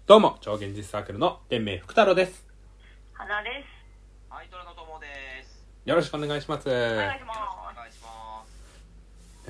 どうも超現実サークルの天命福太郎です。 花です。 はい、虎の友です。 よろしくお願いします。 お願いします。 お願いします。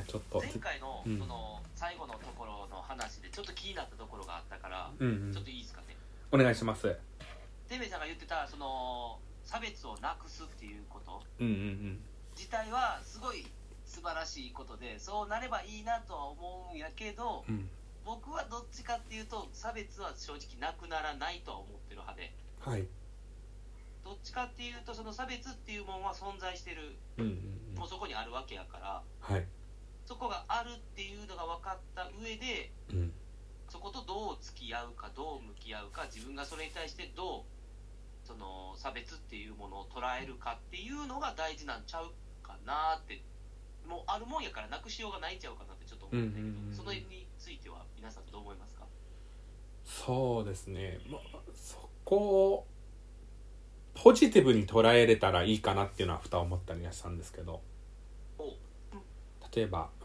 ちょっと前回のその最後のところの話でちょっと気になったところがあったから、ちょっといいですかね。 お願いします。 天命さんが言ってたその差別をなくすっていうこと、自体はすごい素晴らしいことで、そうなればいいなとは思うんやけど、僕はどっちかっていうと差別は正直なくならないとは思ってる派で、 はい、 どっちかっていうとその差別っていうもんは存在してる、もうそこにあるわけやから、 はい、 そこがあるっていうのが分かった上で、そことどう付き合うかどう向き合うか、自分がそれに対してどうその差別っていうものを捉えるかっていうのが大事なんちゃうかなって、もうあるもんやからなくしようがないんちゃうかなってちょっと思うんだけど、その辺については皆さんどう思いますか？ そうですね、そこをポジティブに捉えれたらいいかなっていうのはふた思ったりはしたんですけど、例えば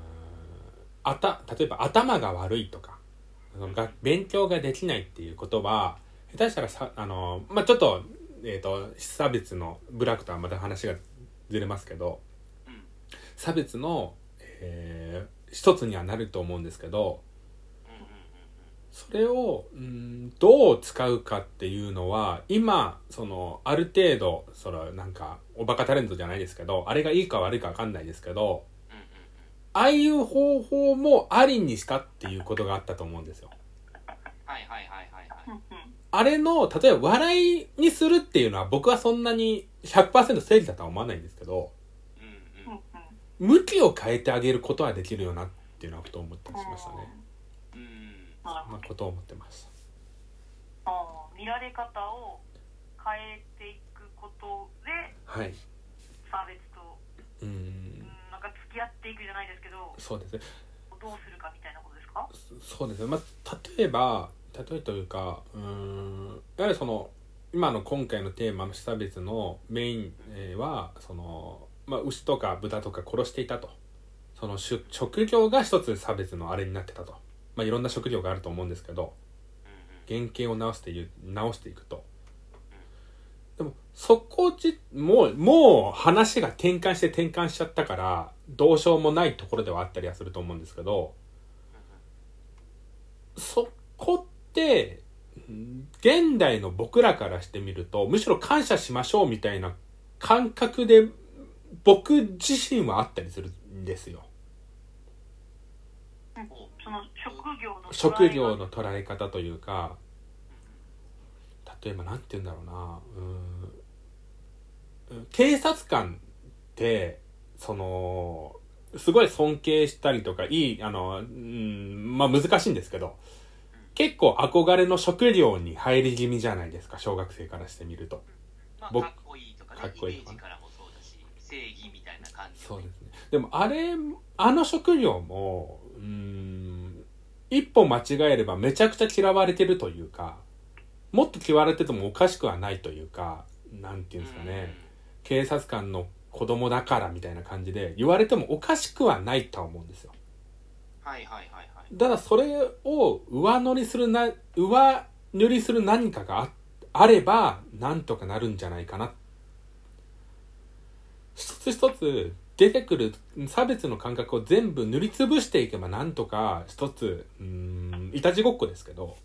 頭が悪いとか、勉強ができないっていうことは下手したらちょっと、差別のブラックとはまた話がずれますけど、差別の、一つにはなると思うんですけど、それをどう使うかっていうのは今そのある程度そのなんかおバカタレントじゃないですけど、あれがいいか悪いか分かんないですけど、ああいう方法もありにしたっていうことがあったと思うんですよ。あれの例えば笑いにするっていうのは僕はそんなに 100% 正義だとは思わないんですけど、向きを変えてあげることはできるよなっていうのはふと思ったりしましたね。そんなことを思ってます。 見られ方を変えていくことで、 はい、 差別となんか付き合っていくじゃないですけど、 そうですね、 どうするかみたいなことですか？ そうですね、例えというかやはりその今の今回のテーマの差別のメインはその、牛とか豚とか殺していたと、その職業が一つ差別のあれになってたと、いろんな職業があると思うんですけど、原型を直していくと、でもそこもう話が転換しちゃったからどうしようもないところではあったりはすると思うんですけど、そこって現代の僕らからしてみるとむしろ感謝しましょうみたいな感覚で僕自身はあったりするんですよ。 その職業の捉え方というか、例えばなんて言うんだろうな、警察官ってそのすごい尊敬したりとか難しいんですけど、結構憧れの職業に入り気味じゃないですか、小学生からしてみると。 かっこいいとかね、イメージからもそうだし、正義みたいな感じ、 そうですね。でもあの職業も一歩間違えればめちゃくちゃ嫌われてるというか、もっと嫌われててもおかしくはないというか、なんていうんですかね、警察官の子供だからみたいな感じで言われてもおかしくはないとは思うんですよ。ただそれを上塗りする何かがあればなんとかなるんじゃないかな。一つ一つ出てくる差別の感覚を全部塗りつぶしていけばなんとか一ついたちごっこですけど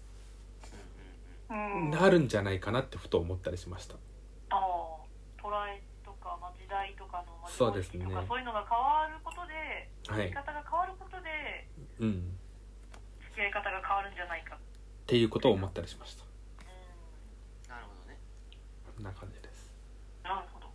なるんじゃないかなってふと思ったりしました。 捉えとか、時代とかのそうですね、 そういうのが変わることで、生き方が変わることで、付き合い方が変わるんじゃないかっていうことを思ったりしました。 なるほどね。 こんな感じです。 なるほど。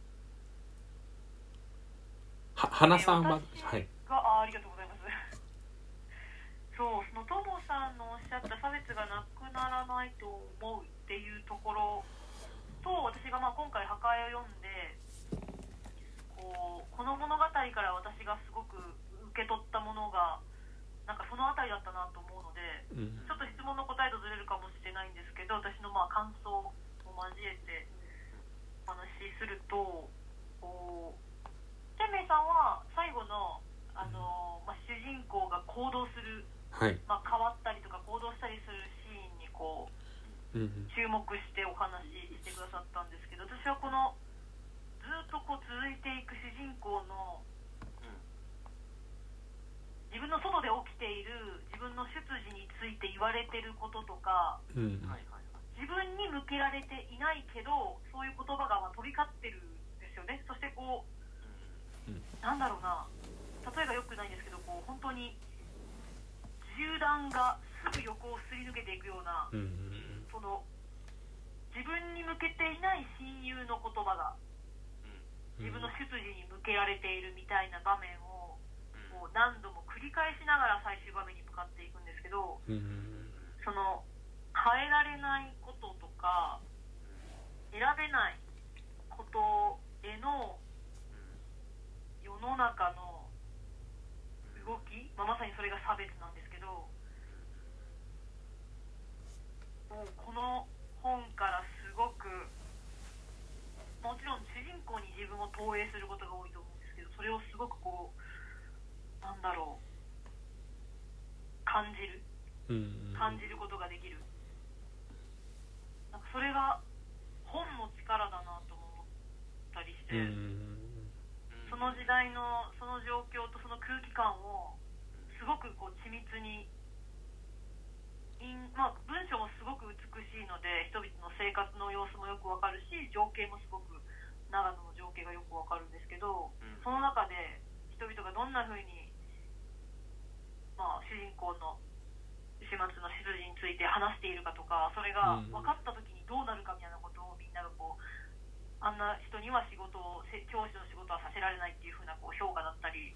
花さんは、 ありがとうございます。そう、そのトモさんのおっしゃった差別がなくならないと思うっていうところと、私が今回破壊を読んでこの物語から私がすごく受け取ったものがなんかそのあたりだったなと思うので、ちょっと質問の答えとずれるかもしれないんですけど、私の感想を交えてお話しすると、天明さんは最後の、主人公が行動する、変わったりとか行動したりするシーンに注目してお話ししてくださったんですけど、私はこのずっとこう続いていく主人公の自分の外で起きている自分の出自について言われてることとか、自分に向けられていないけどそういう言葉が飛び交ってるんですよね。そしてこう、なんだろうな、例えが良くないんですけど、こう本当に銃弾がすぐ横をすり抜けていくような、その自分に向けていない親友の言葉が自分の出自に向けられているみたいな場面をこう何度も繰り返しながら最終場面に向かっていくんですけど、その変えられないこととか選べないことへの世の中の動き、まさにそれが差別なんですけど、もうこの本からすごく、もちろん主人公に自分を投影することが多いと思うんですけど、それをすごくこうなんだろう、感じることができる。なんかそれが本の力だなと思ったりして、その時代のその状況とその空気感をすごくこう緻密に、文章もすごく美しいので人々の生活の様子もよくわかるし、情景もすごく長野の情景がよくわかるんですけど、その中で人々がどんな風に、主人公の始末の出自について話しているかとか、それが分かった時にどうなるかみたいなことをみんながこう、あんな人には教師の仕事はさせられないっていう風なこう評価だったり、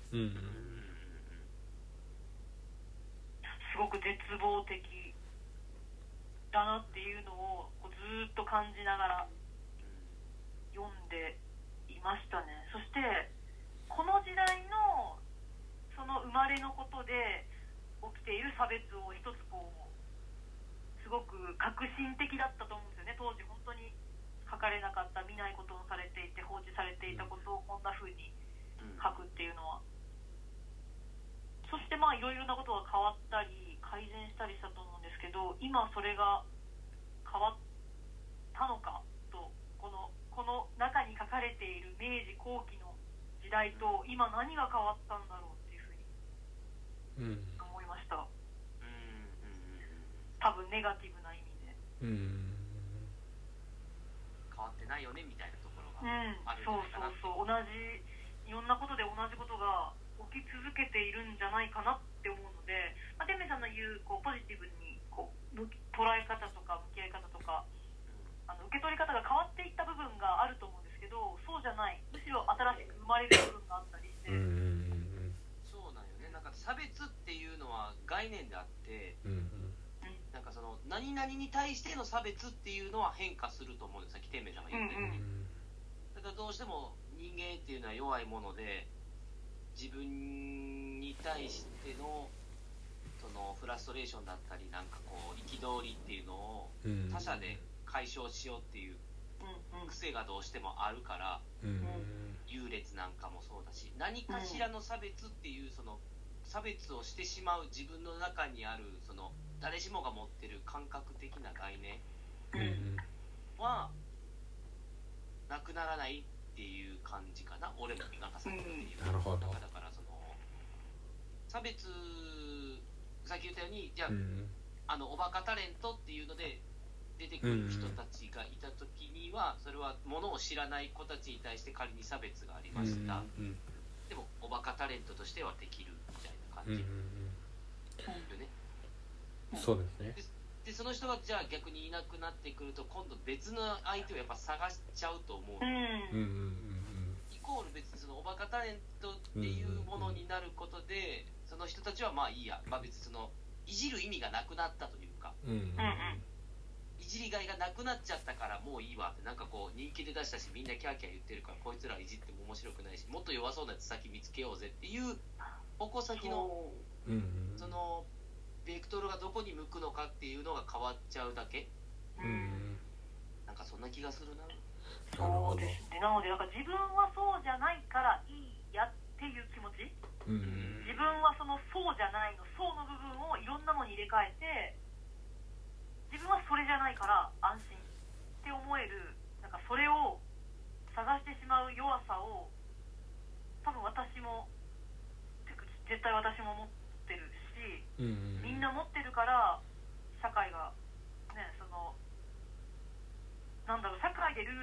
すごく絶望的だなっていうのをこうずっと感じながら読んでいましたね。そしてこの時代のその生まれのことで起きている差別を一つこうすごく革新的だったと思うんですよね。当時本当に書かれなかった、見ないことをされていて放置されていたことをこんな風に書くっていうのは、そしていろいろなことが変わったり改善したりしたと思うんですけど、今それが変わったのかと、この中に書かれている明治後期の時代と今何が変わったんだろうっていうふうに思いました。多分ネガティブな意味で、 変わってないよねみたいなところがあるんじゃないかな。 そういろんなことで同じことが起き続けているんじゃないかなって思うので、テンメさんの言うポジティブに捉え方とか向き合い方とか、受け取り方が変わっていった部分があると思うんですけど、そうじゃない、むしろ新しく生まれる部分があったりして、 そうなんよね。なんか差別っていうのは概念であって、なんかその何々に対しての差別っていうのは変化すると思うんです。さっき天明さんが言ったように、だからどうしても人間っていうのは弱いもので、自分に対してのそのフラストレーションだったり、なんかこう憤りっていうのを他者で解消しようっていう癖がどうしてもあるから、優劣なんかもそうだし、何かしらの差別っていうその差別をしてしまう自分の中にあるその誰しもが持ってる感覚的な概念はなくならないっていう感じかな。俺もなんかさっきの言う、 なるほど。 だからその差別、さっき言ったように、じゃあ、おバカタレントっていうので出てくる人たちがいた時には、それはものを知らない子たちに対して仮に差別がありました、でもおバカタレントとしてはできるみたいな感じ、よね。 そうですね。 でその人がじゃあ逆にいなくなってくると、今度別の相手をやっぱ探しちゃうと思う、イコール別にそのおバカタレントっていうものになることで、その人たちはまあいいや、別にそのいじる意味がなくなったというか、いじりがいがなくなっちゃったからもういいわって、なんかこう人気で出したしみんなキャーキャー言ってるからこいつらいじっても面白くないし、もっと弱そうなやつ先見つけようぜっていう矛先のそのベクトルがどこに向くのかっていうのが変わっちゃうだけ、なんかそんな気がするな。 そうですね。なのでなんか自分はそうじゃないからいいやっていう気持ち、自分はそのそうじゃないのそうの部分をいろんなものに入れ替えて、自分はそれじゃないから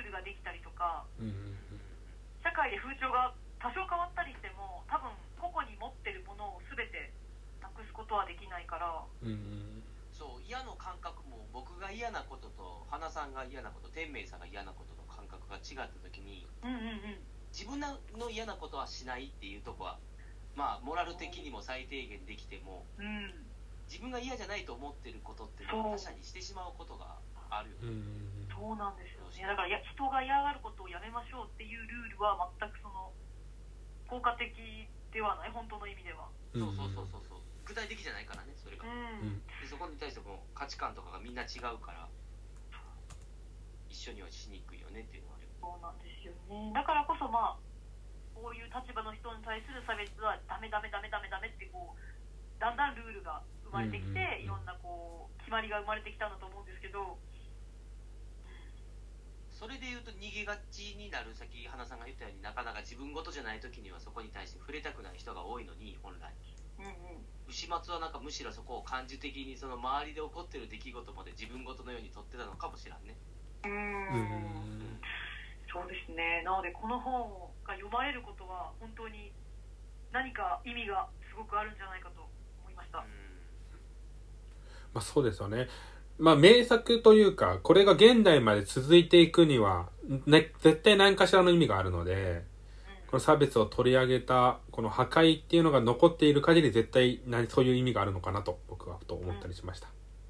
クができたりとか、 うんうん社会で風潮が多少変わったりしても多分個々に持ってるものを全てなくすことはできないから、 うんうん、 そう嫌の感覚も僕が嫌なことと花さんが嫌なこと、天明さんが嫌なことの感覚が違った時に、 うんうんうん、 自分の嫌なことはしないっていうとこはまあモラル的にも最低限できても、 うん、 自分が嫌じゃないと思ってることっていうのを他者にしてしまうことがあるよね。 そうなんですよね。だから人が嫌がることをやめましょうっていうルールは全くその効果的ではない、本当の意味では。 そう具体的じゃないからね、それが、でそこに対しても価値観とかがみんな違うから一緒にはしにくいよねっていうのはある。 そうなんですよね。だからこそまあこういう立場の人に対する差別はダメダメダメダメダメってこうだんだんルールが生まれてきて、いろんなこう決まりが生まれてきたんだと思うんですけど、 それでいうと逃げがちになる、さっき花さんが言ったようになかなか自分事じゃない時にはそこに対して触れたくない人が多いのに、本来、牛松はなんかむしろそこを感受的にその周りで起こってる出来事まで自分事のように取ってたのかもしれんね。 そうですね。なのでこの本が読まれることは本当に何か意味がすごくあるんじゃないかと思いました。 まあそうですよね。まあ名作というか、これが現代まで続いていくには、ね、絶対何かしらの意味があるので、この差別を取り上げたこの破壊っていうのが残っている限り絶対そういう意味があるのかなと僕はと思ったりしました。